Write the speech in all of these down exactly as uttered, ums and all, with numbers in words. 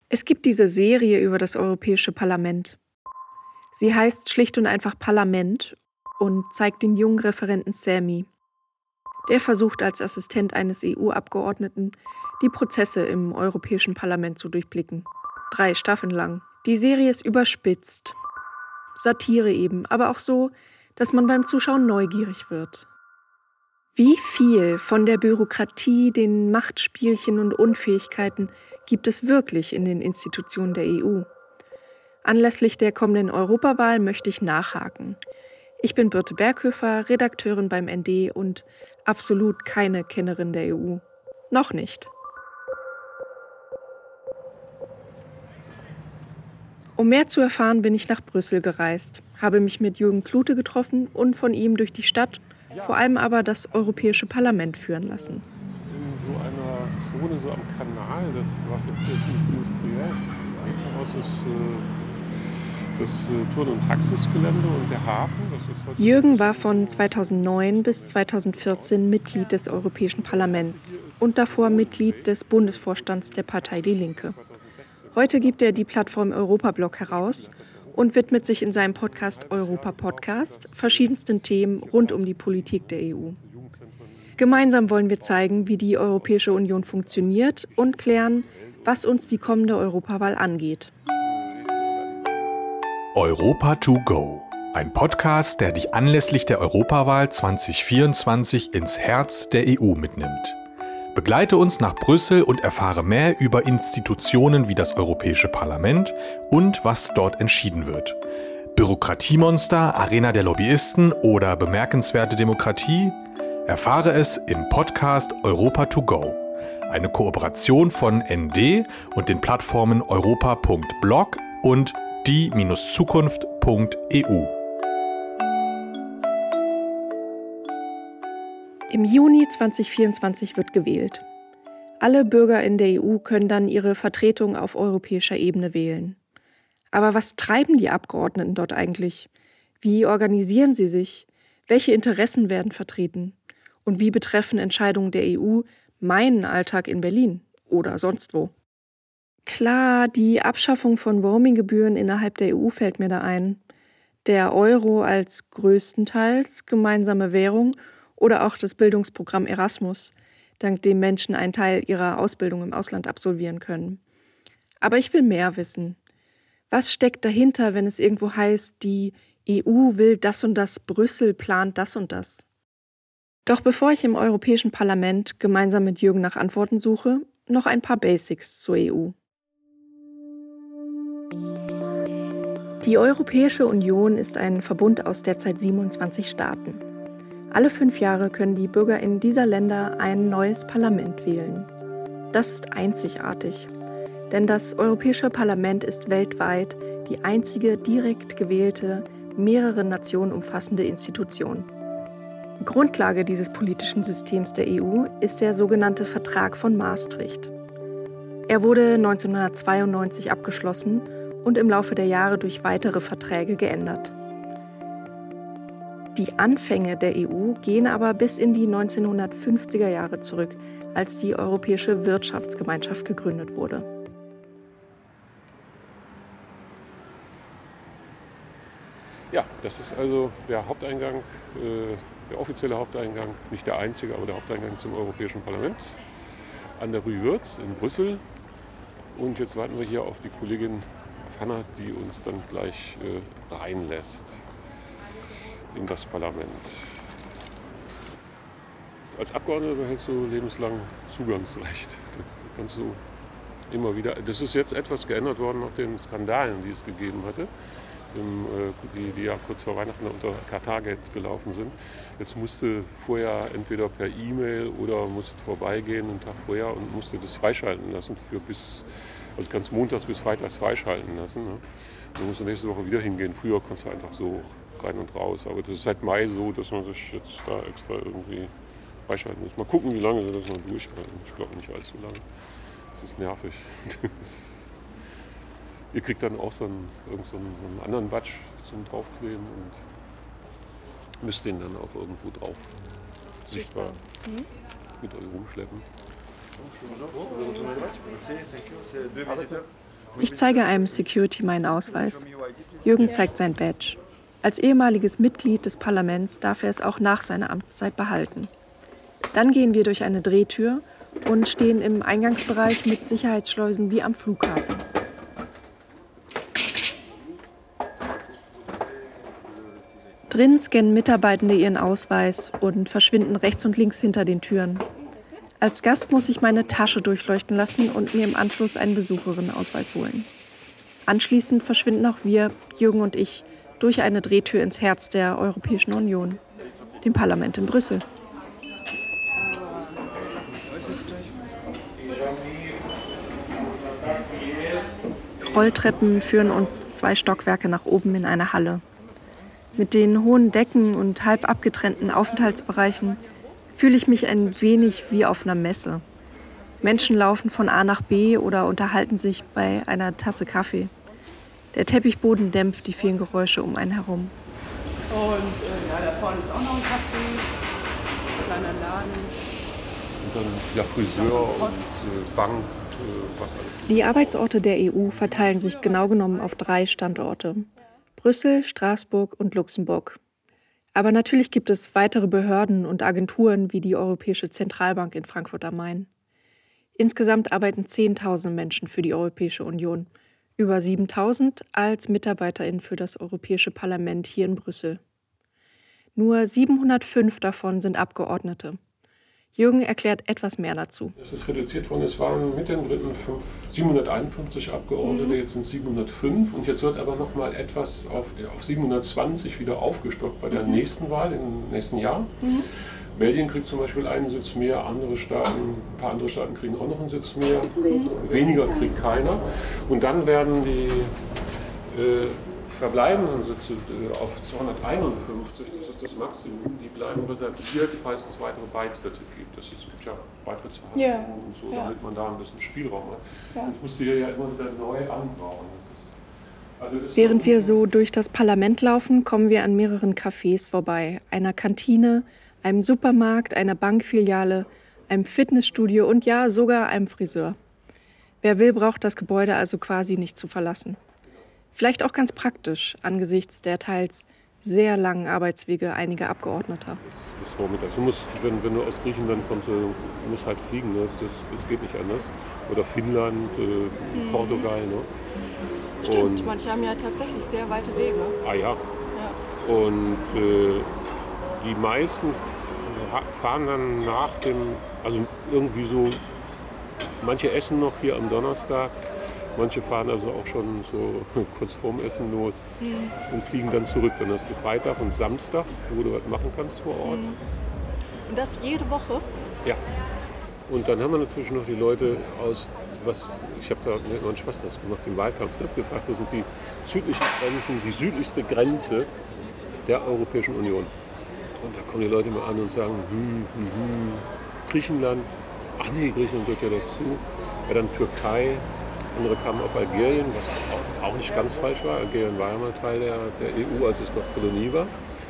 Es gibt diese Serie über das Europäische Parlament. Sie heißt schlicht und einfach Parlament und zeigt den jungen Referenten Sami. Der versucht als Assistent eines E U-Abgeordneten, die Prozesse im Europäischen Parlament zu durchblicken. Drei Staffeln lang. Die Serie ist überspitzt. Satire eben, aber auch so, dass man beim Zuschauen neugierig wird. Wie viel von der Bürokratie, den Machtspielchen und Unfähigkeiten gibt es wirklich in den Institutionen der E U? Anlässlich der kommenden Europawahl möchte ich nachhaken. Ich bin Birte Berghöfer, Redakteurin beim N D und absolut keine Kennerin der E U. Noch nicht. Um mehr zu erfahren, bin ich nach Brüssel gereist, habe mich mit Jürgen Klute getroffen und von ihm durch die Stadt, vor allem aber das Europäische Parlament führen lassen. In so einer Zone, so am Kanal, das war hier früher ziemlich industriell. Das ist äh, das äh, Turn- und Taxisgelände und der Hafen. Das ist heute Jürgen war von zweitausendneun bis zweitausendvierzehn Mitglied des Europäischen Parlaments und davor Mitglied des Bundesvorstands der Partei Die Linke. Heute gibt er die Plattform Europablog heraus und widmet sich in seinem Podcast Europa Podcast verschiedensten Themen rund um die Politik der E U. Gemeinsam wollen wir zeigen, wie die Europäische Union funktioniert und klären, was uns die kommende Europawahl angeht. Europa to go. Ein Podcast, der dich anlässlich der Europawahl zwanzig vierundzwanzig ins Herz der E U mitnimmt. Begleite uns nach Brüssel und erfahre mehr über Institutionen wie das Europäische Parlament und was dort entschieden wird. Bürokratiemonster, Arena der Lobbyisten oder bemerkenswerte Demokratie? Erfahre es im Podcast Europa to go. Eine Kooperation von N D und den Plattformen europa punkt blog und die Zukunft punkt E U. Im Juni zwanzig vierundzwanzig wird gewählt. Alle Bürger in der E U können dann ihre Vertretung auf europäischer Ebene wählen. Aber was treiben die Abgeordneten dort eigentlich? Wie organisieren sie sich? Welche Interessen werden vertreten? Und wie betreffen Entscheidungen der E U meinen Alltag in Berlin oder sonst wo? Klar, die Abschaffung von Roaminggebühren innerhalb der E U fällt mir da ein. Der Euro als größtenteils gemeinsame Währung oder auch das Bildungsprogramm Erasmus, dank dem Menschen einen Teil ihrer Ausbildung im Ausland absolvieren können. Aber ich will mehr wissen. Was steckt dahinter, wenn es irgendwo heißt, die E U will das und das, Brüssel plant das und das? Doch bevor ich im Europäischen Parlament gemeinsam mit Jürgen nach Antworten suche, noch ein paar Basics zur E U. Die Europäische Union ist ein Verbund aus derzeit siebenundzwanzig Staaten. Alle fünf Jahre können die BürgerInnen dieser Länder ein neues Parlament wählen. Das ist einzigartig, denn das Europäische Parlament ist weltweit die einzige direkt gewählte, mehrere Nationen umfassende Institution. Grundlage dieses politischen Systems der E U ist der sogenannte Vertrag von Maastricht. Er wurde neunzehnhundertzweiundneunzig abgeschlossen und im Laufe der Jahre durch weitere Verträge geändert. Die Anfänge der E U gehen aber bis in die neunzehnhundertfünfziger Jahre zurück, als die Europäische Wirtschaftsgemeinschaft gegründet wurde. Ja, das ist also der Haupteingang, äh, der offizielle Haupteingang, nicht der einzige, aber der Haupteingang zum Europäischen Parlament an der Rue Würz in Brüssel. Und jetzt warten wir hier auf die Kollegin Hanna, die uns dann gleich äh, reinlässt in das Parlament. Als Abgeordneter behältst du lebenslang Zugangsrecht. Da kannst du immer wieder. Das ist jetzt etwas geändert worden nach den Skandalen, die es gegeben hatte, im, äh, die, die ja kurz vor Weihnachten unter Qatargate gelaufen sind. Jetzt musste vorher entweder per E-Mail oder musste vorbeigehen einen Tag vorher und musste das freischalten lassen für bis, also kannst montags bis freitags freischalten lassen. Ne? Dann musst du nächste Woche wieder hingehen. Früher konntest du einfach so rein und raus. Aber das ist seit Mai so, dass man sich jetzt da extra irgendwie freischalten muss. Mal gucken, wie lange sie das noch durchhalten. Ich glaube nicht allzu lange. Das ist nervig. Das Ihr kriegt dann auch so einen, irgend so einen, so einen anderen Batsch zum Draufkleben und müsst den dann auch irgendwo drauf sichtbar mhm. mit euch rumschleppen. Ich zeige einem Security meinen Ausweis. Jürgen zeigt sein Badge. Als ehemaliges Mitglied des Parlaments darf er es auch nach seiner Amtszeit behalten. Dann gehen wir durch eine Drehtür und stehen im Eingangsbereich mit Sicherheitsschleusen wie am Flughafen. Drin scannen Mitarbeitende ihren Ausweis und verschwinden rechts und links hinter den Türen. Als Gast muss ich meine Tasche durchleuchten lassen und mir im Anschluss einen Besucherinnenausweis holen. Anschließend verschwinden auch wir, Jürgen und ich, durch eine Drehtür ins Herz der Europäischen Union, dem Parlament in Brüssel. Rolltreppen führen uns zwei Stockwerke nach oben in eine Halle. Mit den hohen Decken und halb abgetrennten Aufenthaltsbereichen fühle ich mich ein wenig wie auf einer Messe. Menschen laufen von A nach B oder unterhalten sich bei einer Tasse Kaffee. Der Teppichboden dämpft die vielen Geräusche um einen herum. Und äh, ja, da vorne ist auch noch ein Café, ein kleiner Laden. Und dann ja, Friseur und äh, Bank, äh, was alles. Die Arbeitsorte der E U verteilen sich genau genommen auf drei Standorte: Brüssel, Straßburg und Luxemburg. Aber natürlich gibt es weitere Behörden und Agenturen wie die Europäische Zentralbank in Frankfurt am Main. Insgesamt arbeiten zehntausend Menschen für die Europäische Union, über siebentausend als MitarbeiterInnen für das Europäische Parlament hier in Brüssel. Nur siebenhundertfünf davon sind Abgeordnete. Jürgen erklärt etwas mehr dazu. Es ist reduziert worden, es waren mit den Briten siebenhunderteinundfünfzig Abgeordnete, mhm. Jetzt sind es siebenhundertfünf und jetzt wird aber noch mal etwas auf, auf siebenhundertzwanzig wieder aufgestockt bei der mhm. nächsten Wahl im nächsten Jahr. Mhm. Belgien kriegt zum Beispiel einen Sitz mehr, andere Staaten, ein paar andere Staaten kriegen auch noch einen Sitz mehr, mhm. weniger kriegt keiner. Und dann werden die äh, verbleibenden Sitze äh, auf zweihunderteinundfünfzig, das ist das Maximum, die bleiben reserviert, falls es weitere Beitritte gibt. Das ist, es gibt ja Beitrittsverhandlungen ja. und so, ja. damit man da ein bisschen Spielraum hat. Ja. Und muss die ja immer wieder neu anbauen. Das ist, also das Während wir so durch das Parlament laufen, kommen wir an mehreren Cafés vorbei, einer Kantine, einem Supermarkt, einer Bankfiliale, einem Fitnessstudio und ja, sogar einem Friseur. Wer will, braucht das Gebäude also quasi nicht zu verlassen. Vielleicht auch ganz praktisch angesichts der teils sehr langen Arbeitswege einiger Abgeordneter. Bis vormittags. Du musst, wenn, wenn du aus Griechenland kommst, du musst halt fliegen, ne? das, das geht nicht anders. Oder Finnland, äh, mhm. Portugal. Ne? Stimmt, und, manche haben ja tatsächlich sehr weite Wege. Ah ja. ja. Und äh, die meisten fahren dann nach dem, also irgendwie so, manche essen noch hier am Donnerstag, manche fahren also auch schon so kurz vorm Essen los mhm. und fliegen dann zurück. Dann hast du Freitag und Samstag, wo du was machen kannst vor Ort. Mhm. Und das jede Woche? Ja. Und dann haben wir natürlich noch die Leute aus, was, ich habe da immer einen Spaß draus gemacht, im Wahlkampf, ne, gefragt, wo sind die südlichsten Grenzen, die südlichste Grenze der Europäischen Union. Und da kommen die Leute mal an und sagen, hm, hm, hm, Griechenland, ach nee, Griechenland gehört ja dazu, ja, dann Türkei, andere kamen auf Algerien, was auch, auch nicht ganz falsch war, Algerien war ja mal Teil der, der E U, als es noch Kolonie war.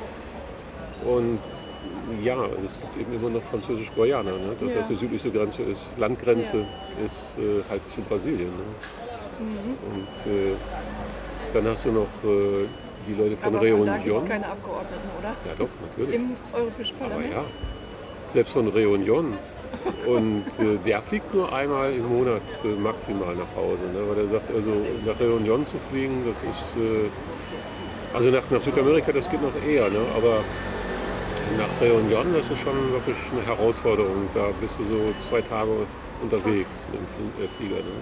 Und ja, es gibt eben immer noch Französisch-Guayana, ne? Das ja. heißt, die südlichste Grenze ist, Landgrenze ja. ist äh, halt zu Brasilien. Ne? Mhm. Und äh, dann hast du noch äh, die Leute von Aber Réunion. Aber da gibt es keine Abgeordneten, oder? Ja doch, natürlich. Im Europäischen Parlament? Aber ja, selbst von Réunion. Und äh, der fliegt nur einmal im Monat äh, maximal nach Hause. Ne? Weil er sagt, also nach Réunion zu fliegen, das ist, äh, also nach, nach Südamerika, das geht noch eher, ne? Aber nach Réunion, das ist schon wirklich eine Herausforderung. Da bist du so zwei Tage unterwegs Krass. mit dem Flieger. Ne?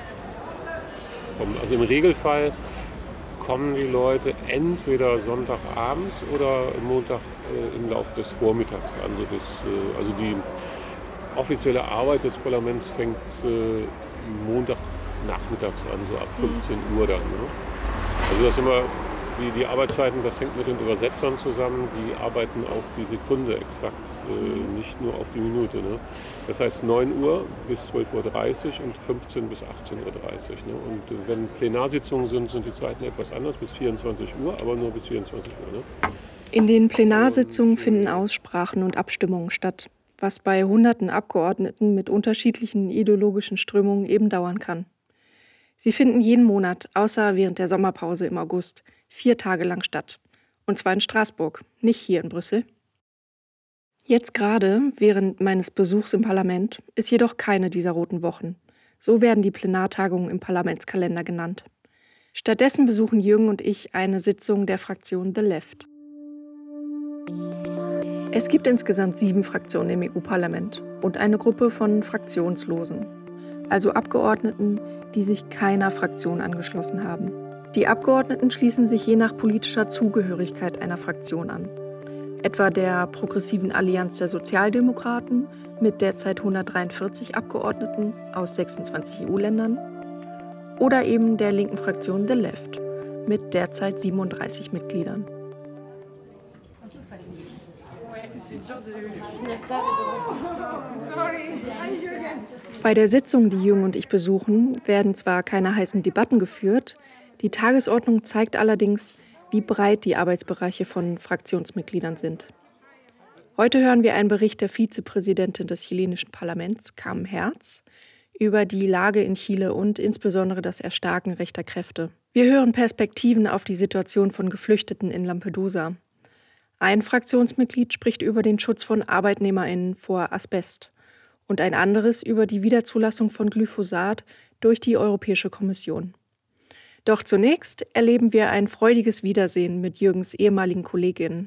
Also im Regelfall kommen die Leute entweder Sonntagabends oder Montag äh, im Laufe des Vormittags an. Also, das, äh, also die offizielle Arbeit des Parlaments fängt äh, Montagnachmittags an, so ab fünfzehn mhm. Uhr dann. Ne? Also das sind immer die, die Arbeitszeiten, das hängt mit den Übersetzern zusammen, die arbeiten auf die Sekunde exakt, äh, mhm. nicht nur auf die Minute. Ne? Das heißt neun Uhr bis zwölf Uhr dreißig und fünfzehn bis achtzehn Uhr dreißig. Ne? Und äh, wenn Plenarsitzungen sind, sind die Zeiten etwas anders, bis vierundzwanzig Uhr, aber nur bis vierundzwanzig Uhr. Ne? In den Plenarsitzungen finden Aussprachen und Abstimmungen statt, was bei hunderten Abgeordneten mit unterschiedlichen ideologischen Strömungen eben dauern kann. Sie finden jeden Monat, außer während der Sommerpause im August, vier Tage lang statt. Und zwar in Straßburg, nicht hier in Brüssel. Jetzt gerade, während meines Besuchs im Parlament, ist jedoch keine dieser roten Wochen. So werden die Plenartagungen im Parlamentskalender genannt. Stattdessen besuchen Jürgen und ich eine Sitzung der Fraktion The Left. Es gibt insgesamt sieben Fraktionen im E U-Parlament und eine Gruppe von Fraktionslosen, also Abgeordneten, die sich keiner Fraktion angeschlossen haben. Die Abgeordneten schließen sich je nach politischer Zugehörigkeit einer Fraktion an, etwa der Progressiven Allianz der Sozialdemokraten mit derzeit hundertdreiundvierzig Abgeordneten aus sechsundzwanzig E U-Ländern oder eben der linken Fraktion The Left mit derzeit siebenunddreißig Mitgliedern. Bei der Sitzung, die Jürgen und ich besuchen, werden zwar keine heißen Debatten geführt, die Tagesordnung zeigt allerdings, wie breit die Arbeitsbereiche von Fraktionsmitgliedern sind. Heute hören wir einen Bericht der Vizepräsidentin des chilenischen Parlaments, Carmen Herz, über die Lage in Chile und insbesondere das Erstarken rechter Kräfte. Wir hören Perspektiven auf die Situation von Geflüchteten in Lampedusa. Ein Fraktionsmitglied spricht über den Schutz von ArbeitnehmerInnen vor Asbest und ein anderes über die Wiederzulassung von Glyphosat durch die Europäische Kommission. Doch zunächst erleben wir ein freudiges Wiedersehen mit Jürgens ehemaligen KollegInnen.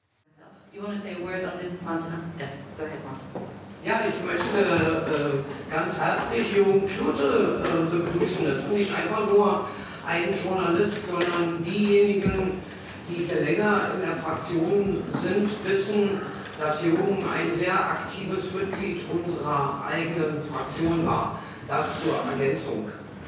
Ja, ich möchte äh, ganz herzlich Jürgen Klute äh, begrüßen. Das ist nicht einfach nur ein Journalist, sondern diejenigen, die hier länger in der Fraktion sind, wissen, dass Jürgen ein sehr aktives Mitglied unserer eigenen Fraktion war. Das zur Ergänzung.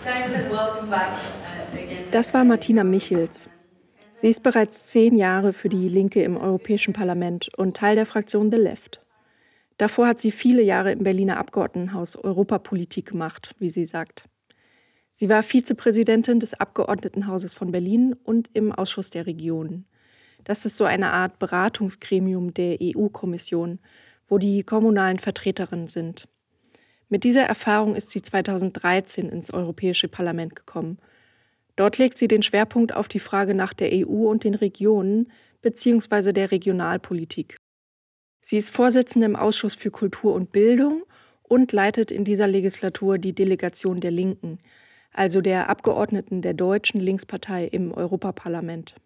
Das war Martina Michels. Sie ist bereits zehn Jahre für die Linke im Europäischen Parlament und Teil der Fraktion The Left. Davor hat sie viele Jahre im Berliner Abgeordnetenhaus Europapolitik gemacht, wie sie sagt. Sie war Vizepräsidentin des Abgeordnetenhauses von Berlin und im Ausschuss der Regionen. Das ist so eine Art Beratungsgremium der E U-Kommission, wo die kommunalen Vertreterinnen sind. Mit dieser Erfahrung ist sie zweitausenddreizehn ins Europäische Parlament gekommen. Dort legt sie den Schwerpunkt auf die Frage nach der E U und den Regionen bzw. der Regionalpolitik. Sie ist Vorsitzende im Ausschuss für Kultur und Bildung und leitet in dieser Legislatur die Delegation der Linken, also der Abgeordneten der Deutschen Linkspartei im Europaparlament.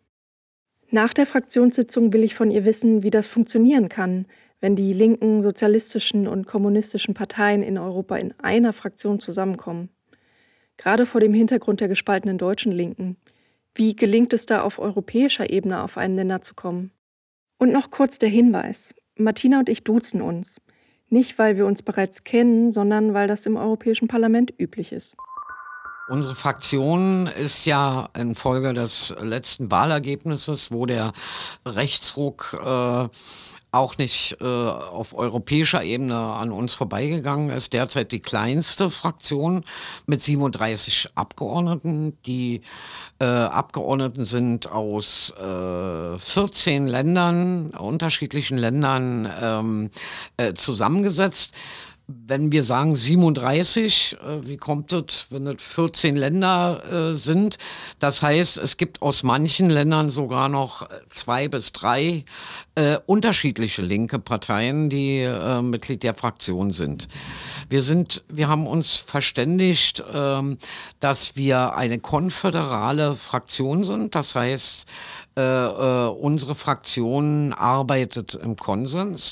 Nach der Fraktionssitzung will ich von ihr wissen, wie das funktionieren kann, wenn die linken, sozialistischen und kommunistischen Parteien in Europa in einer Fraktion zusammenkommen. Gerade vor dem Hintergrund der gespaltenen deutschen Linken. Wie gelingt es da auf europäischer Ebene auf einen Nenner zu kommen? Und noch kurz der Hinweis. Martina und ich duzen uns. Nicht, weil wir uns bereits kennen, sondern weil das im Europäischen Parlament üblich ist. Unsere Fraktion ist ja infolge des letzten Wahlergebnisses, wo der Rechtsruck äh, auch nicht äh, auf europäischer Ebene an uns vorbeigegangen ist, derzeit die kleinste Fraktion mit siebenunddreißig Abgeordneten. Die äh, Abgeordneten sind aus äh, vierzehn Ländern, unterschiedlichen Ländern ähm, äh, zusammengesetzt. Wenn wir sagen siebenunddreißig, äh, wie kommt es, wenn es vierzehn Länder äh, sind? Das heißt, es gibt aus manchen Ländern sogar noch zwei bis drei äh, unterschiedliche linke Parteien, die äh, Mitglied der Fraktion sind. Wir sind, wir haben uns verständigt, äh, dass wir eine konföderale Fraktion sind. Das heißt, äh, äh, unsere Fraktion arbeitet im Konsens.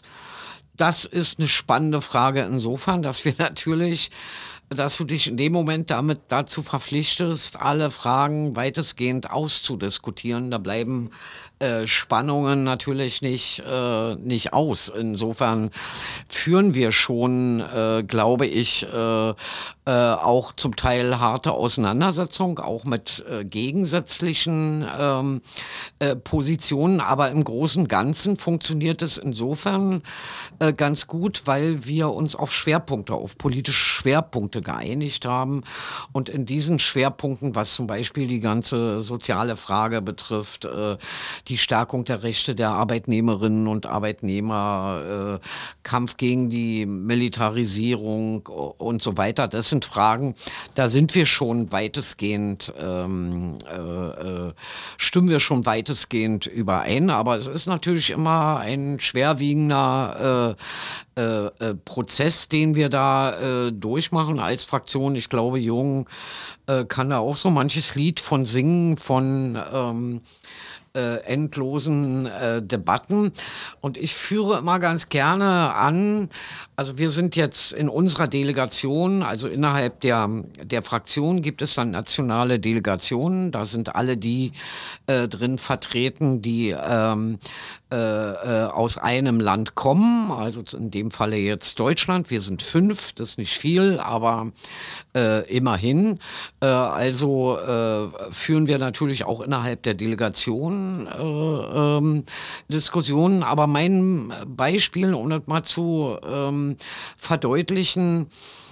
Das ist eine spannende Frage insofern, dass wir natürlich, dass du dich in dem Moment damit dazu verpflichtest, alle Fragen weitestgehend auszudiskutieren. Da bleiben äh, Spannungen natürlich nicht, äh, nicht aus. Insofern führen wir schon, äh, glaube ich, äh, äh, auch zum Teil harte Auseinandersetzungen, auch mit äh, gegensätzlichen ähm, äh, Positionen. Aber im Großen und Ganzen funktioniert es insofern äh, ganz gut, weil wir uns auf Schwerpunkte, auf politische Schwerpunkte geeinigt haben. Und in diesen Schwerpunkten, was zum Beispiel die ganze soziale Frage betrifft, äh, die Stärkung der Rechte der Arbeitnehmerinnen und Arbeitnehmer, äh, Kampf gegen die Militarisierung und so weiter. Das sind Fragen, da sind wir schon weitestgehend, ähm, äh, äh, stimmen wir schon weitestgehend überein. Aber es ist natürlich immer ein schwerwiegender äh, äh, äh, Prozess, den wir da äh, durchmachen als Fraktion. Ich glaube, Jung äh, kann da auch so manches Lied von singen, von ähm, äh, endlosen äh, Debatten. Und ich führe immer ganz gerne an, also wir sind jetzt in unserer Delegation, also innerhalb der, der Fraktion gibt es dann nationale Delegationen. Da sind alle die äh, drin vertreten, die ähm, äh, äh, aus einem Land kommen. Also in dem Falle jetzt Deutschland. Wir sind fünf, das ist nicht viel, aber äh, immerhin. Äh, also äh, führen wir natürlich auch innerhalb der Delegation äh, ähm, Diskussionen. Aber mein Beispiel, um das mal zu ähm, verdeutlichen,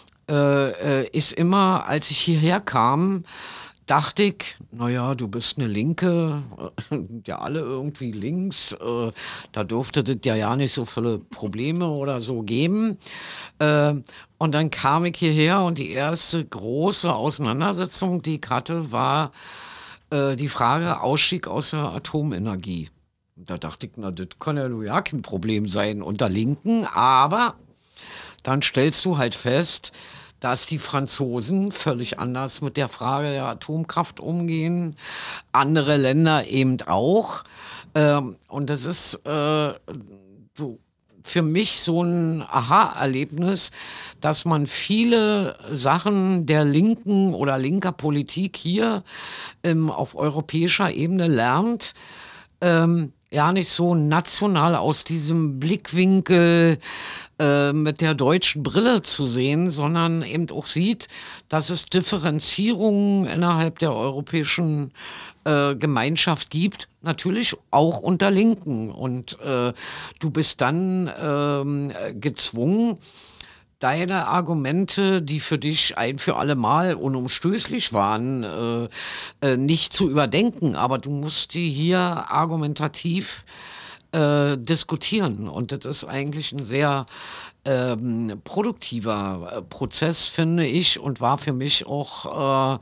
äh, äh, ist immer, als ich hierher kam, dachte ich, naja, du bist eine Linke, ja alle irgendwie links, äh, da dürfte das ja ja nicht so viele Probleme oder so geben. Äh, und dann kam ich hierher und die erste große Auseinandersetzung, die ich hatte, war äh, die Frage Ausstieg aus der Atomenergie. Und da dachte ich, na, das kann ja nur ja kein Problem sein unter Linken, aber dann stellst du halt fest, dass die Franzosen völlig anders mit der Frage der Atomkraft umgehen, andere Länder eben auch. Ähm, und das ist äh, so für mich so ein Aha-Erlebnis, dass man viele Sachen der linken oder linker Politik hier ähm, auf europäischer Ebene lernt, ähm, ja nicht so national aus diesem Blickwinkel äh, mit der deutschen Brille zu sehen, sondern eben auch sieht, dass es Differenzierungen innerhalb der europäischen äh, Gemeinschaft gibt, natürlich auch unter Linken. Und äh, du bist dann äh, gezwungen, deine Argumente, die für dich ein für alle Mal unumstößlich waren, äh, äh, nicht zu überdenken. Aber du musst die hier argumentativ äh, diskutieren. Und das ist eigentlich ein sehr ähm, produktiver äh, Prozess, finde ich, und war für mich auch äh,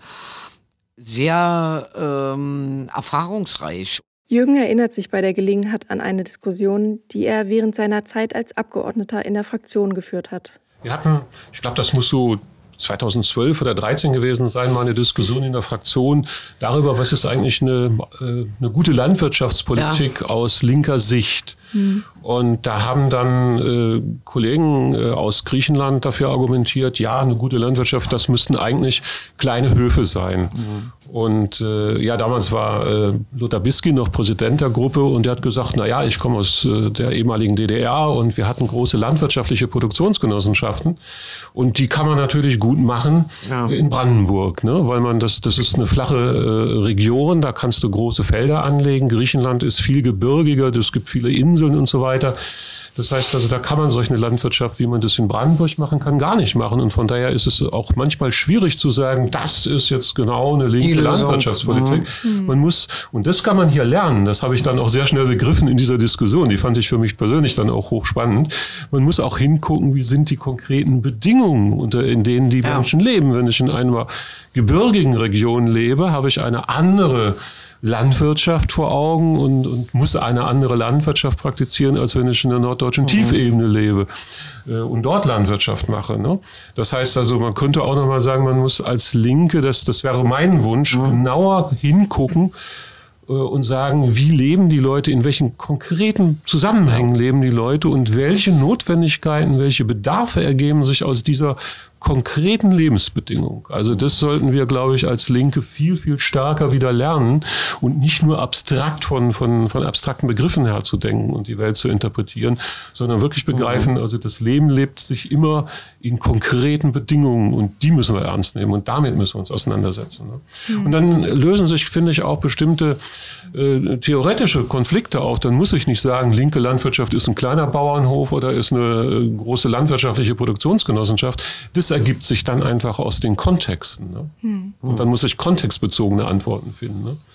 sehr ähm, erfahrungsreich. Jürgen erinnert sich bei der Gelegenheit an eine Diskussion, die er während seiner Zeit als Abgeordneter in der Fraktion geführt hat. Wir hatten, ich glaube, das muss so zweitausendzwölf oder dreizehn gewesen sein, mal eine Diskussion in der Fraktion darüber, was ist eigentlich eine, äh, eine gute Landwirtschaftspolitik ja. aus linker Sicht. Mhm. Und da haben dann äh, Kollegen äh, aus Griechenland dafür argumentiert, ja, eine gute Landwirtschaft, das müssten eigentlich kleine Höfe sein. Mhm. Und äh, ja, damals war äh, Lothar Bisky noch Präsident der Gruppe und der hat gesagt, na ja, ich komme aus äh, der ehemaligen D D R und wir hatten große landwirtschaftliche Produktionsgenossenschaften und die kann man natürlich gut machen ja. in Brandenburg, ne? Weil man das, das ist eine flache äh, Region, da kannst du große Felder anlegen. Griechenland ist viel gebirgiger, es gibt viele Inseln und so weiter. Das heißt also, da kann man solch eine Landwirtschaft, wie man das in Brandenburg machen kann, gar nicht machen. Und von daher ist es auch manchmal schwierig zu sagen, das ist jetzt genau eine linke Landwirtschaftspolitik. Mhm. Man muss, und das kann man hier lernen, das habe ich dann auch sehr schnell begriffen in dieser Diskussion, die fand ich für mich persönlich dann auch hochspannend. Man muss auch hingucken, wie sind die konkreten Bedingungen, unter in denen die ja. Menschen leben. Wenn ich in einer gebirgigen Region lebe, habe ich eine andere Landwirtschaft vor Augen und, und muss eine andere Landwirtschaft praktizieren, als wenn ich in der norddeutschen mhm. Tiefebene lebe äh, und dort Landwirtschaft mache. Ne? Das heißt also, man könnte auch nochmal sagen, man muss als Linke, das, das wäre mein Wunsch, mhm. genauer hingucken äh, und sagen, wie leben die Leute, in welchen konkreten Zusammenhängen leben die Leute und welche Notwendigkeiten, welche Bedarfe ergeben sich aus dieser konkreten Lebensbedingungen. Also das sollten wir, glaube ich, als Linke viel, viel stärker wieder lernen und nicht nur abstrakt von, von, von abstrakten Begriffen her zu denken und die Welt zu interpretieren, sondern wirklich begreifen, also das Leben lebt sich immer in konkreten Bedingungen und die müssen wir ernst nehmen und damit müssen wir uns auseinandersetzen. Ne? Mhm. Und dann lösen sich, finde ich, auch bestimmte äh, theoretische Konflikte auf. Dann muss ich nicht sagen, linke Landwirtschaft ist ein kleiner Bauernhof oder ist eine äh, große landwirtschaftliche Produktionsgenossenschaft. Das ergibt sich dann einfach aus den Kontexten. Ne? Hm. Und dann muss ich kontextbezogene Antworten finden. Ne?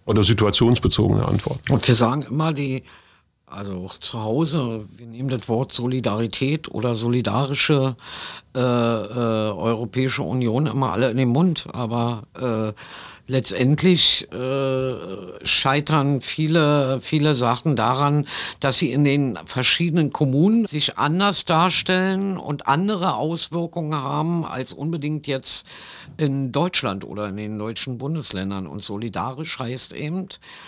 oder situationsbezogene Antworten. Und wir sagen immer, die, also auch zu Hause, wir nehmen das Wort Solidarität oder solidarische äh, äh, Europäische Union immer alle in den Mund, aber äh, letztendlich äh, scheitern viele, viele Sachen daran, dass sie in den verschiedenen Kommunen sich anders darstellen und andere Auswirkungen haben als unbedingt jetzt in Deutschland oder in den deutschen Bundesländern. Und solidarisch heißt eben,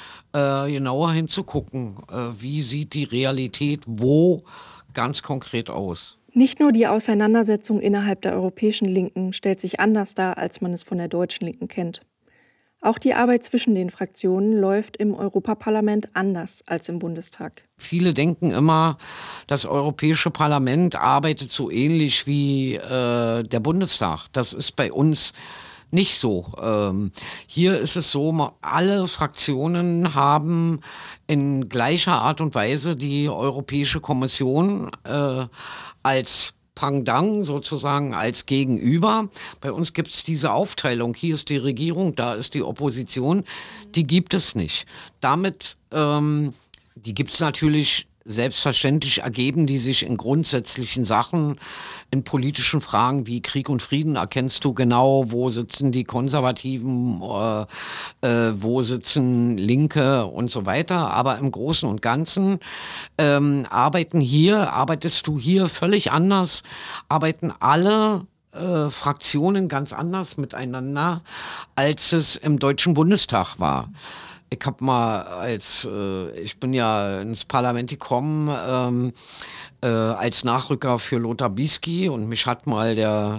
äh, genauer hinzugucken, äh, wie sieht die Realität wo ganz konkret aus. Nicht nur die Auseinandersetzung innerhalb der europäischen Linken stellt sich anders dar, als man es von der deutschen Linken kennt. Auch die Arbeit zwischen den Fraktionen läuft im Europaparlament anders als im Bundestag. Viele denken immer, das Europäische Parlament arbeitet so ähnlich wie äh, der Bundestag. Das ist bei uns nicht so. Ähm, hier ist es so, alle Fraktionen haben in gleicher Art und Weise die Europäische Kommission äh, als Pendant sozusagen als Gegenüber. Bei uns gibt es diese Aufteilung. Hier ist die Regierung, da ist die Opposition. Die gibt es nicht. Damit, ähm, die gibt es natürlich selbstverständlich, ergeben die sich in grundsätzlichen Sachen, in politischen Fragen wie Krieg und Frieden. Erkennst du genau, wo sitzen die Konservativen, äh, äh, wo sitzen Linke und so weiter. Aber im Großen und Ganzen ähm, arbeiten hier, arbeitest du hier völlig anders, arbeiten alle äh, Fraktionen ganz anders miteinander, als es im Deutschen Bundestag war. Ich habe mal als, äh, ich bin ja ins Parlament gekommen ähm, äh, als Nachrücker für Lothar Bisky und mich hat mal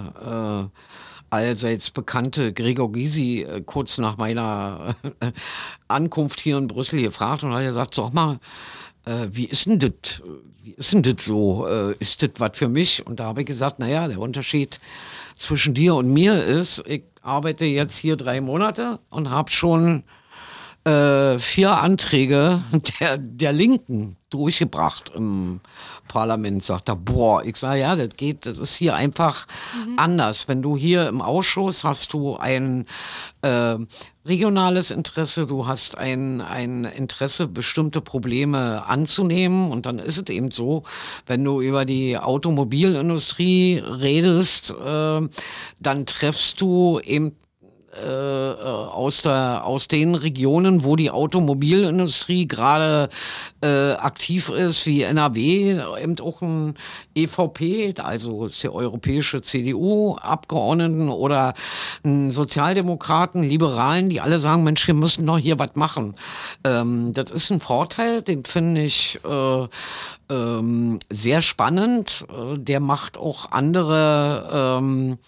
der äh, allseits bekannte Gregor Gysi äh, kurz nach meiner äh, Ankunft hier in Brüssel gefragt und hat gesagt, sag mal, äh, wie ist denn das, wie ist denn das so, äh, ist das was für mich? Und da habe ich gesagt, naja, der Unterschied zwischen dir und mir ist, ich arbeite jetzt hier drei Monate und habe schon Äh, vier Anträge der, der Linken durchgebracht im Parlament. Sagt er, boah, ich sage, ja, das geht, das ist hier einfach mhm. anders. Wenn du hier im Ausschuss hast du ein äh, regionales Interesse, du hast ein, ein Interesse, bestimmte Probleme anzunehmen und dann ist es eben so, wenn du über die Automobilindustrie redest, äh, dann treffst du eben Äh, aus, der, aus den Regionen, wo die Automobilindustrie gerade äh, aktiv ist, wie N R W, eben auch ein E V P, also der europäische C D U-Abgeordneten oder ein Sozialdemokraten, Liberalen, die alle sagen, Mensch, wir müssen doch hier was machen. Ähm, das ist ein Vorteil, den finde ich äh, ähm, sehr spannend. Äh, der macht auch andere ähm,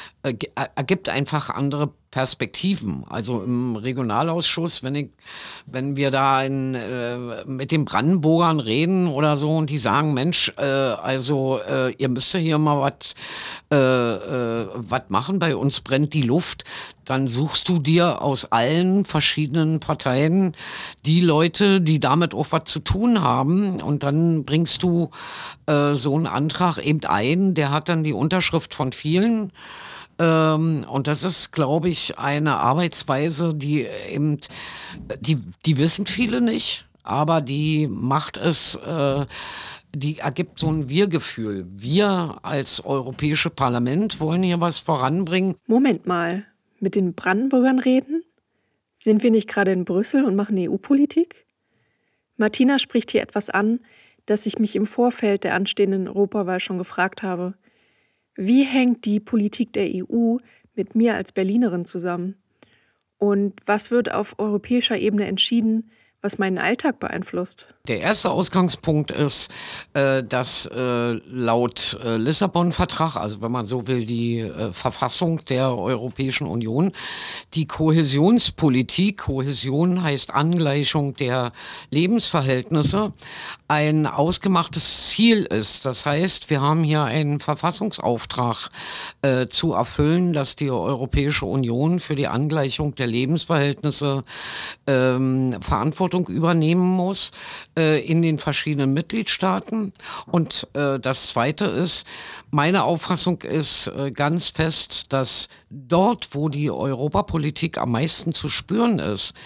ergibt einfach andere Perspektiven. Also im Regionalausschuss, wenn ich, wenn wir da in, äh, mit den Brandenburgern reden oder so und die sagen, Mensch, äh, also äh, ihr müsst ja hier mal was äh, äh, was machen, bei uns brennt die Luft, dann suchst du dir aus allen verschiedenen Parteien die Leute, die damit auch was zu tun haben und dann bringst du äh, so einen Antrag eben ein, der hat dann die Unterschrift von vielen. Ähm, und das ist, glaube ich, eine Arbeitsweise, die eben, die, die wissen viele nicht, aber die macht es, äh, die ergibt so ein Wir-Gefühl. Wir als Europäische Parlament wollen hier was voranbringen. Moment mal, mit den Brandenburgern reden? Sind wir nicht gerade in Brüssel und machen E U-Politik? Martina spricht hier etwas an, das ich mich im Vorfeld der anstehenden Europawahl schon gefragt habe. Wie hängt die Politik der E U mit mir als Berlinerin zusammen? Und was wird auf europäischer Ebene entschieden, was meinen Alltag beeinflusst? Der erste Ausgangspunkt ist, äh, dass äh, laut äh, Lissabon-Vertrag, also wenn man so will, die äh, Verfassung der Europäischen Union, die Kohäsionspolitik, Kohäsion heißt Angleichung der Lebensverhältnisse, ein ausgemachtes Ziel ist. Das heißt, wir haben hier einen Verfassungsauftrag äh, zu erfüllen, dass die Europäische Union für die Angleichung der Lebensverhältnisse ähm, Verantwortung übernehmen muss äh, in den verschiedenen Mitgliedstaaten. Und äh, das Zweite ist, meine Auffassung ist äh, ganz fest, dass dort, wo die Europapolitik am meisten zu spüren ist,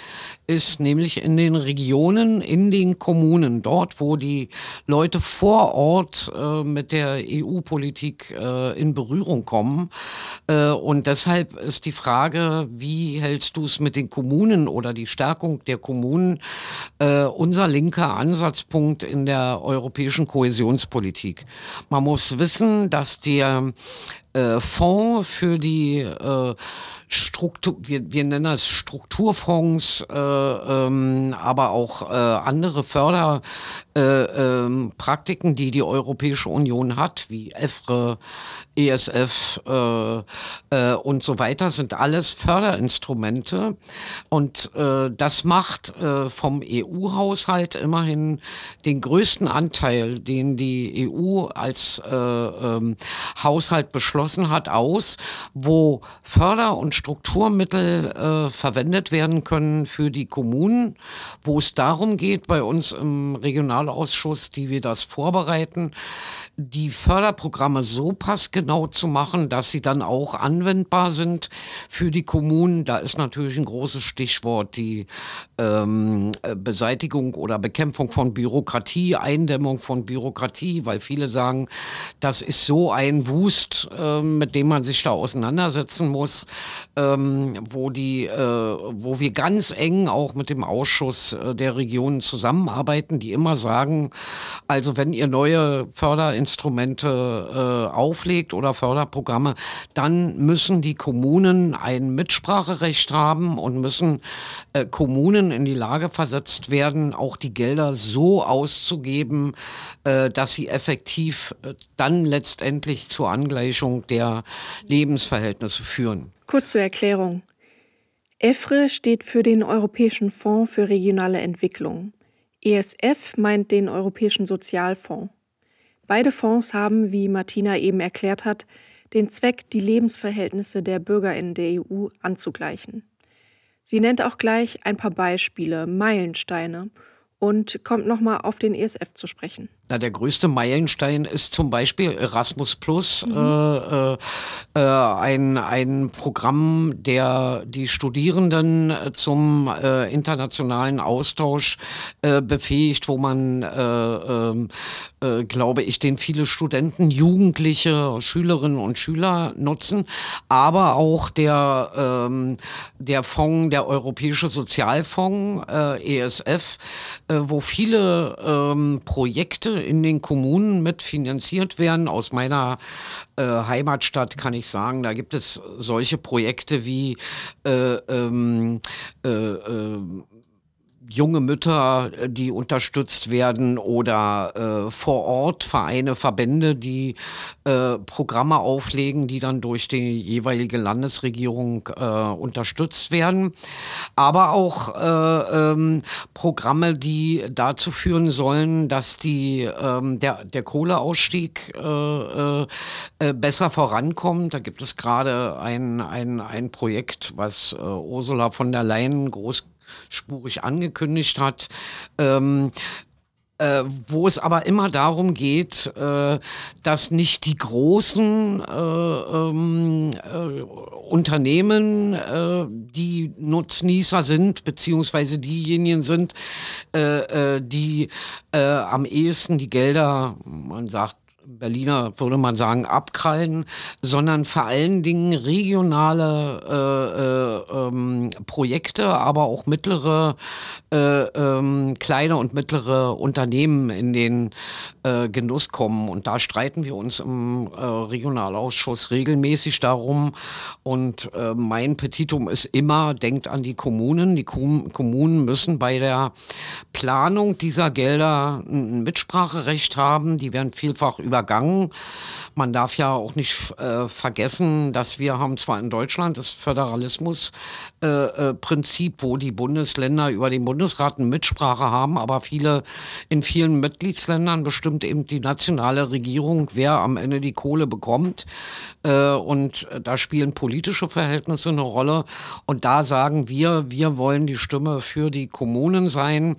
ist nämlich in den Regionen, in den Kommunen, dort, wo die Leute vor Ort äh, mit der E U-Politik äh, in Berührung kommen. Äh, und deshalb ist die Frage, wie hältst du es mit den Kommunen oder die Stärkung der Kommunen, äh, unser linker Ansatzpunkt in der europäischen Kohäsionspolitik. Man muss wissen, dass der äh, Fonds für die äh, Struktur, wir, wir nennen das Strukturfonds, äh, ähm, aber auch äh, andere Förderpraktiken, äh, ähm, die die Europäische Union hat, wie EFRE, E S F äh, äh, und so weiter, sind alles Förderinstrumente. Und äh, das macht äh, vom E U-Haushalt immerhin den größten Anteil, den die E U als äh, ähm, Haushalt beschlossen hat, aus, wo Förder- und Strukturmittel äh, verwendet werden können für die Kommunen, wo es darum geht, bei uns im Regionalausschuss, die wir das vorbereiten, die Förderprogramme so passgenau zu machen, dass sie dann auch anwendbar sind für die Kommunen. Da ist natürlich ein großes Stichwort die ähm, Beseitigung oder Bekämpfung von Bürokratie, Eindämmung von Bürokratie, weil viele sagen, das ist so ein Wust, äh, mit dem man sich da auseinandersetzen muss, ähm, wo die, äh, wo wir ganz eng auch mit dem Ausschuss äh, der Regionen zusammenarbeiten, die immer sagen, also wenn ihr neue Förderinstrumente äh, auflegt oder Förderprogramme, dann müssen die Kommunen ein Mitspracherecht haben und müssen äh, Kommunen in die Lage versetzt werden, auch die Gelder so auszugeben, äh, dass sie effektiv äh, dann letztendlich zur Angleichung der Lebensverhältnisse führen. Kurz zur Erklärung. EFRE steht für den Europäischen Fonds für regionale Entwicklung. E S F meint den Europäischen Sozialfonds. Beide Fonds haben, wie Martina eben erklärt hat, den Zweck, die Lebensverhältnisse der BürgerInnen der E U anzugleichen. Sie nennt auch gleich ein paar Beispiele, Meilensteine, und kommt nochmal auf den E S F zu sprechen. Na, der größte Meilenstein ist zum Beispiel Erasmus Plus, mhm. äh, äh, ein, ein Programm, der die Studierenden zum äh, internationalen Austausch äh, befähigt, wo man, äh, äh, glaube ich, den viele Studenten, Jugendliche, Schülerinnen und Schüler nutzen, aber auch der, äh, der Fonds, der Europäische Sozialfonds, äh, E S F, äh, wo viele äh, Projekte in den Kommunen mitfinanziert werden. Aus meiner äh, Heimatstadt kann ich sagen, da gibt es solche Projekte wie äh, ähm, äh, äh, junge Mütter, die unterstützt werden, oder äh, vor Ort Vereine, Verbände, die äh, Programme auflegen, die dann durch die jeweilige Landesregierung äh, unterstützt werden. Aber auch äh, ähm, Programme, die dazu führen sollen, dass die, ähm, der, der Kohleausstieg äh, äh, besser vorankommt. Da gibt es gerade ein, ein, ein Projekt, was äh, Ursula von der Leyen groß spurig angekündigt hat, ähm, äh, wo es aber immer darum geht, äh, dass nicht die großen äh, ähm, äh, Unternehmen äh, die Nutznießer sind, beziehungsweise diejenigen sind, äh, äh, die äh, am ehesten die Gelder, man sagt, Berliner würde man sagen, abkrallen, sondern vor allen Dingen regionale äh, äh, ähm, Projekte, aber auch mittlere, äh, ähm, kleine und mittlere Unternehmen in den äh, Genuss kommen. Und da streiten wir uns im äh, Regionalausschuss regelmäßig darum. Und äh, mein Petitum ist immer, denkt an die Kommunen. Die Kom- Kommunen müssen bei der Planung dieser Gelder ein Mitspracherecht haben. Die werden vielfach über übergangen. Man darf ja auch nicht äh, vergessen, dass wir haben zwar in Deutschland das Föderalismusprinzip, äh, äh, wo die Bundesländer über den Bundesrat eine Mitsprache haben, aber viele in vielen Mitgliedsländern bestimmt eben die nationale Regierung, wer am Ende die Kohle bekommt. Äh, und da spielen politische Verhältnisse eine Rolle. Und da sagen wir, wir wollen die Stimme für die Kommunen sein.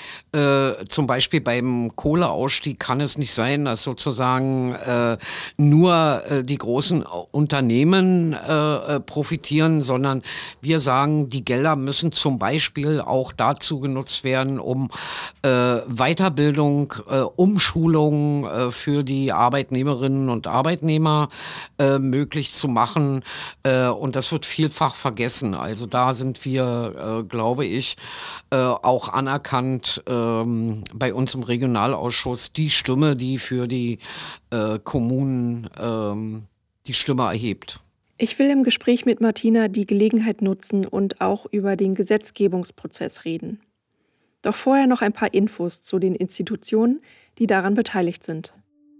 Äh, zum Beispiel beim Kohleausstieg kann es nicht sein, dass sozusagen äh, nur äh, die großen Unternehmen äh, profitieren, sondern wir sagen, sagen, die Gelder müssen zum Beispiel auch dazu genutzt werden, um äh, Weiterbildung, äh, Umschulung äh, für die Arbeitnehmerinnen und Arbeitnehmer äh, möglich zu machen. Äh, und das wird vielfach vergessen. Also da sind wir, äh, glaube ich, äh, auch anerkannt ähm, bei uns im Regionalausschuss die Stimme, die für die äh, Kommunen ähm, die Stimme erhebt. Ich will im Gespräch mit Martina die Gelegenheit nutzen und auch über den Gesetzgebungsprozess reden. Doch vorher noch ein paar Infos zu den Institutionen, die daran beteiligt sind.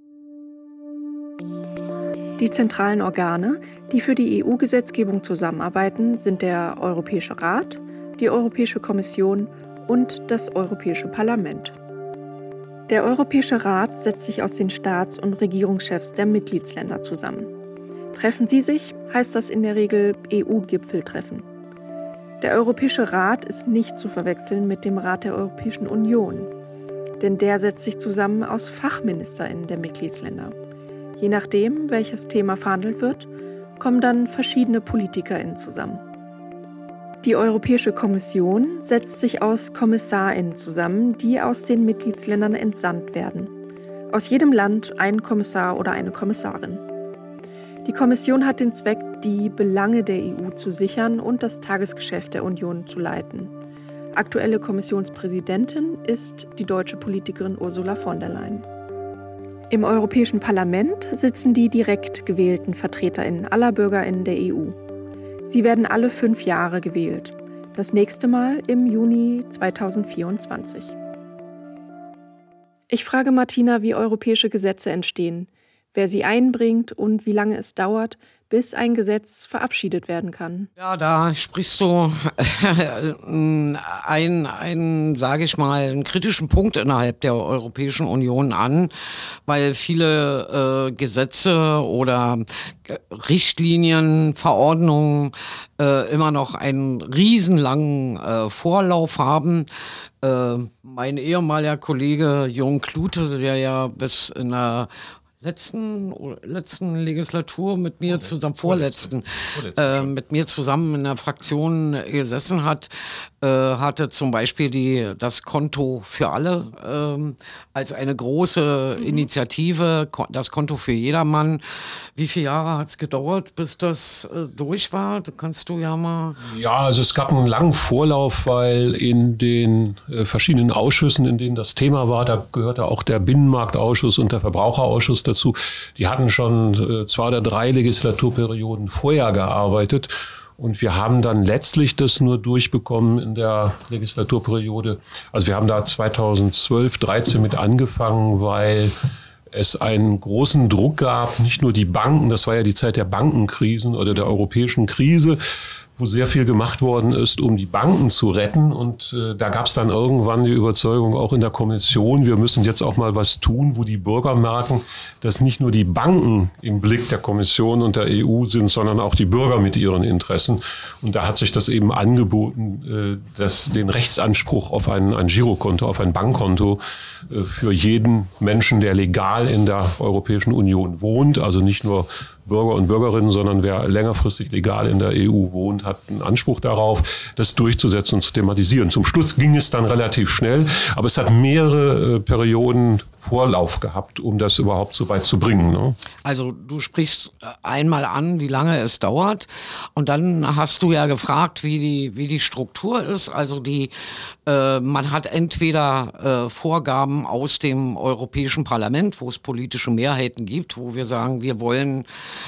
Die zentralen Organe, die für die E U-Gesetzgebung zusammenarbeiten, sind der Europäische Rat, die Europäische Kommission und das Europäische Parlament. Der Europäische Rat setzt sich aus den Staats- und Regierungschefs der Mitgliedsländer zusammen. Treffen sie sich, heißt das in der Regel E U-Gipfeltreffen. Der Europäische Rat ist nicht zu verwechseln mit dem Rat der Europäischen Union, denn der setzt sich zusammen aus FachministerInnen der Mitgliedsländer. Je nachdem, welches Thema verhandelt wird, kommen dann verschiedene PolitikerInnen zusammen. Die Europäische Kommission setzt sich aus KommissarInnen zusammen, die aus den Mitgliedsländern entsandt werden. Aus jedem Land ein Kommissar oder eine Kommissarin. Die Kommission hat den Zweck, die Belange der E U zu sichern und das Tagesgeschäft der Union zu leiten. Aktuelle Kommissionspräsidentin ist die deutsche Politikerin Ursula von der Leyen. Im Europäischen Parlament sitzen die direkt gewählten VertreterInnen aller BürgerInnen der E U. Sie werden alle fünf Jahre gewählt. Das nächste Mal im Juni zweitausendvierundzwanzig. Ich frage Martina, wie europäische Gesetze entstehen, wer sie einbringt und wie lange es dauert, bis ein Gesetz verabschiedet werden kann. Ja, da sprichst du einen, einen, sage ich mal, einen kritischen Punkt innerhalb der Europäischen Union an, weil viele äh, Gesetze oder Richtlinien, Verordnungen äh, immer noch einen riesenlangen äh, Vorlauf haben. Äh, mein ehemaliger Kollege Jürgen Klute, der ja bis in der letzten letzten Legislatur mit mir zusammen vorletzten äh, mit mir zusammen in der Fraktion gesessen hat, äh, hatte zum Beispiel die das Konto für alle ähm, als eine große mhm. Initiative, das Konto für jedermann. Wie viele Jahre hat es gedauert, bis das äh, durch war? Da kannst du ja mal... Ja, also es gab einen langen Vorlauf, weil in den äh, verschiedenen Ausschüssen, in denen das Thema war, da gehörte auch der Binnenmarktausschuss und der Verbraucherausschuss dazu. Die hatten schon äh, zwei oder drei Legislaturperioden vorher gearbeitet. Und wir haben dann letztlich das nur durchbekommen in der Legislaturperiode. Also wir haben da zweitausendzwölf, dreizehn mit angefangen, weil es einen großen Druck gab, nicht nur die Banken, das war ja die Zeit der Bankenkrisen oder der europäischen Krise, wo sehr viel gemacht worden ist, um die Banken zu retten. Und äh, da gab es dann irgendwann die Überzeugung, auch in der Kommission, wir müssen jetzt auch mal was tun, wo die Bürger merken, dass nicht nur die Banken im Blick der Kommission und der E U sind, sondern auch die Bürger mit ihren Interessen. Und da hat sich das eben angeboten, äh, dass den Rechtsanspruch auf ein, ein Girokonto, auf ein Bankkonto äh, für jeden Menschen, der legal in der Europäischen Union wohnt, also nicht nur Bürger und Bürgerinnen, sondern wer längerfristig legal in der E U wohnt, hat einen Anspruch darauf, das durchzusetzen und zu thematisieren. Zum Schluss ging es dann relativ schnell, aber es hat mehrere äh, Perioden Vorlauf gehabt, um das überhaupt so weit zu bringen. Ne? Also du sprichst einmal an, wie lange es dauert, und dann hast du ja gefragt, wie die, wie die Struktur ist. Also die, äh, man hat entweder äh, Vorgaben aus dem Europäischen Parlament, wo es politische Mehrheiten gibt, wo wir sagen, wir wollen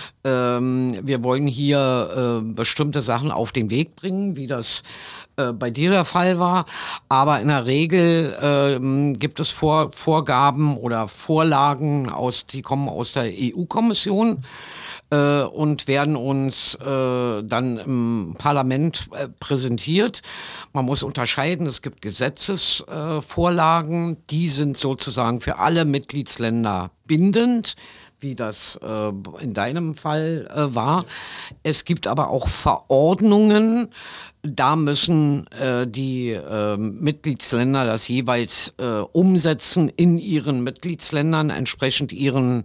ähm, wir wollen hier äh, bestimmte Sachen auf den Weg bringen, wie das äh, bei dir der Fall war. Aber in der Regel äh, gibt es Vor- Vorgaben oder Vorlagen, aus, die kommen aus der E U-Kommission äh, und werden uns äh, dann im Parlament äh, präsentiert. Man muss unterscheiden, es gibt Gesetzesvorlagen, äh, die sind sozusagen für alle Mitgliedsländer bindend, wie das äh, in deinem Fall äh, war. Es gibt aber auch Verordnungen, da müssen äh, die äh, Mitgliedsländer das jeweils äh, umsetzen in ihren Mitgliedsländern, entsprechend ihren,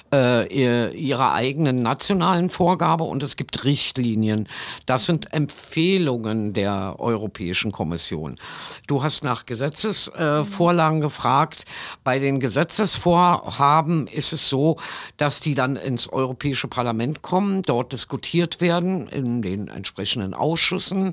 äh, ihrer eigenen nationalen Vorgabe. Und es gibt Richtlinien. Das sind Empfehlungen der Europäischen Kommission. Du hast nach Gesetzesvorlagen äh, gefragt. Bei den Gesetzesvorhaben ist es so, dass die dann ins Europäische Parlament kommen, dort diskutiert werden in den entsprechenden Ausschüssen.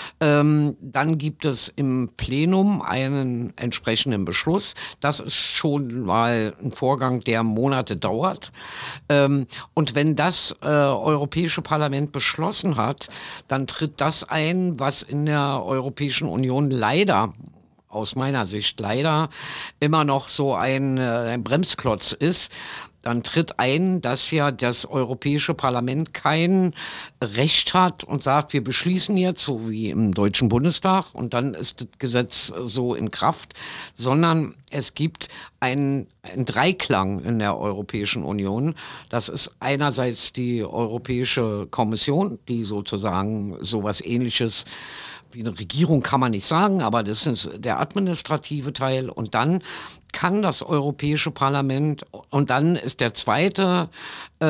Ähm, dann gibt es im Plenum einen entsprechenden Beschluss. Das ist schon mal ein Vorgang, der Monate dauert. Ähm, und wenn das äh, Europäische Parlament beschlossen hat, dann tritt das ein, was in der Europäischen Union leider aus meiner Sicht leider immer noch so ein, äh, ein Bremsklotz ist. Dann tritt ein, dass ja das Europäische Parlament kein Recht hat und sagt, wir beschließen jetzt, so wie im Deutschen Bundestag, und dann ist das Gesetz so in Kraft, sondern es gibt einen, einen Dreiklang in der Europäischen Union. Das ist einerseits die Europäische Kommission, die sozusagen sowas Ähnliches wie eine Regierung kann man nicht sagen, aber das ist der administrative Teil. Und dann kann das Europäische Parlament, und dann ist der zweite äh,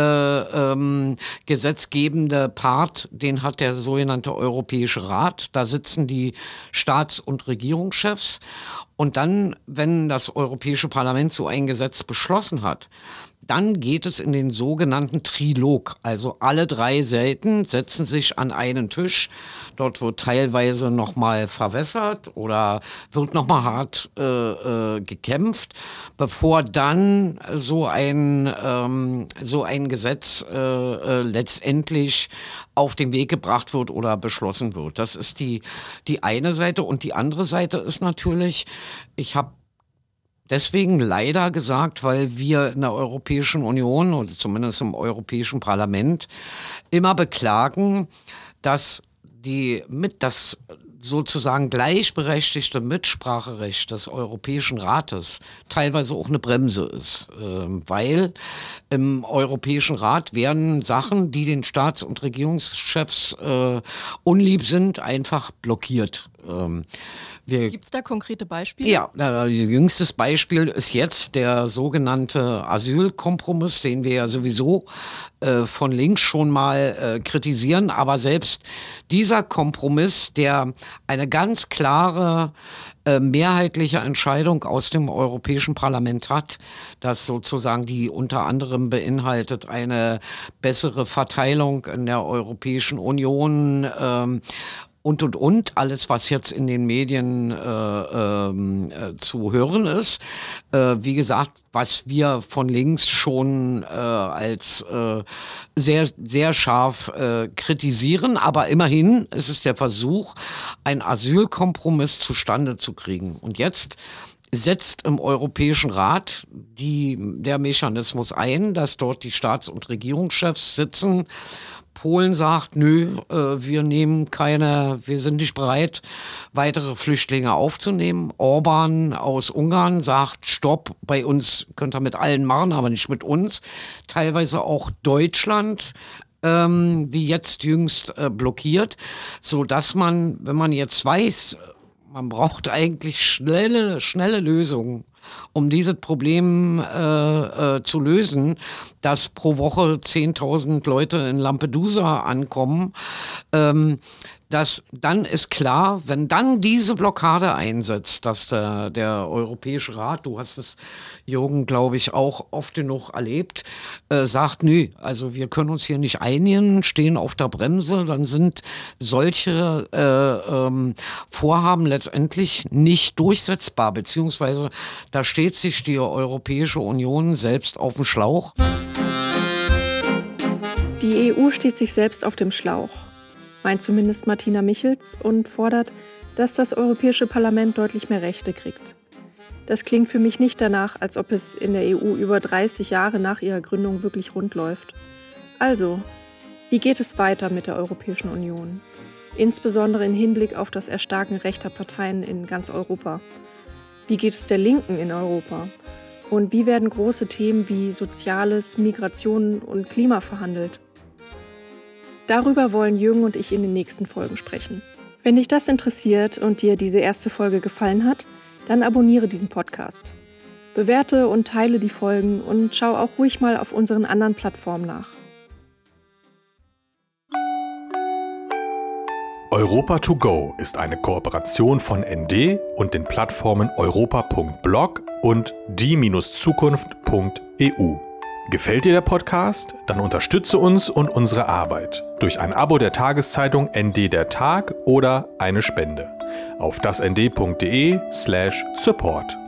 ähm, gesetzgebende Part, den hat der sogenannte Europäische Rat. Da sitzen die Staats- und Regierungschefs. Und dann, wenn das Europäische Parlament so ein Gesetz beschlossen hat, dann geht es in den sogenannten Trilog. Also alle drei Seiten setzen sich an einen Tisch. Dort wird teilweise nochmal verwässert oder wird nochmal hart äh, äh, gekämpft, bevor dann so ein, ähm, so ein Gesetz äh, äh, letztendlich auf den Weg gebracht wird oder beschlossen wird. Das ist die, die eine Seite. Und die andere Seite ist natürlich, ich habe deswegen leider gesagt, weil wir in der Europäischen Union oder zumindest im Europäischen Parlament immer beklagen, dass die mit das sozusagen gleichberechtigte Mitspracherecht des Europäischen Rates teilweise auch eine Bremse ist, ähm, weil im Europäischen Rat werden Sachen, die den Staats- und Regierungschefs äh, unlieb sind, einfach blockiert. Ähm, Gibt es da konkrete Beispiele? Ja, äh, jüngstes Beispiel ist jetzt der sogenannte Asylkompromiss, den wir ja sowieso äh, von links schon mal äh, kritisieren. Aber selbst dieser Kompromiss, der eine ganz klare äh, mehrheitliche Entscheidung aus dem Europäischen Parlament hat, das sozusagen die unter anderem beinhaltet eine bessere Verteilung in der Europäischen Union, ähm, und, und, und, alles, was jetzt in den Medien äh, äh, zu hören ist. Äh, wie gesagt, was wir von links schon äh, als äh, sehr, sehr scharf äh, kritisieren. Aber immerhin ist es der Versuch, einen Asylkompromiss zustande zu kriegen. Und jetzt setzt im Europäischen Rat die, der Mechanismus ein, dass dort die Staats- und Regierungschefs sitzen. Polen sagt, nö, äh, wir nehmen keine, wir sind nicht bereit, weitere Flüchtlinge aufzunehmen. Orban aus Ungarn sagt, stopp, bei uns könnt ihr mit allen machen, aber nicht mit uns. Teilweise auch Deutschland, ähm, wie jetzt jüngst äh, blockiert, so dass man, wenn man jetzt weiß, man braucht eigentlich schnelle, schnelle Lösungen, um dieses Problem äh, äh, zu lösen, dass pro Woche zehntausend Leute in Lampedusa ankommen, ähm, dass dann ist klar, wenn dann diese Blockade einsetzt, dass der, der Europäische Rat, du hast es, Jürgen, glaube ich, auch oft genug erlebt, äh, sagt, nö, also wir können uns hier nicht einigen, stehen auf der Bremse, dann sind solche äh, ähm, Vorhaben letztendlich nicht durchsetzbar, beziehungsweise da steht sich die Europäische Union selbst auf dem Schlauch. Die E U steht sich selbst auf dem Schlauch, meint zumindest Martina Michels und fordert, dass das Europäische Parlament deutlich mehr Rechte kriegt. Das klingt für mich nicht danach, als ob es in der E U über dreißig Jahre nach ihrer Gründung wirklich rund läuft. Also, wie geht es weiter mit der Europäischen Union? Insbesondere im Hinblick auf das Erstarken rechter Parteien in ganz Europa. Wie geht es der Linken in Europa? Und wie werden große Themen wie Soziales, Migration und Klima verhandelt? Darüber wollen Jürgen und ich in den nächsten Folgen sprechen. Wenn dich das interessiert und dir diese erste Folge gefallen hat, dann abonniere diesen Podcast. Bewerte und teile die Folgen und schau auch ruhig mal auf unseren anderen Plattformen nach. Europa to go ist eine Kooperation von N D und den Plattformen europa punkt blog und die Zukunft punkt e u. Gefällt dir der Podcast? Dann unterstütze uns und unsere Arbeit durch ein Abo der Tageszeitung N D der Tag oder eine Spende auf das n d punkt d e slash support.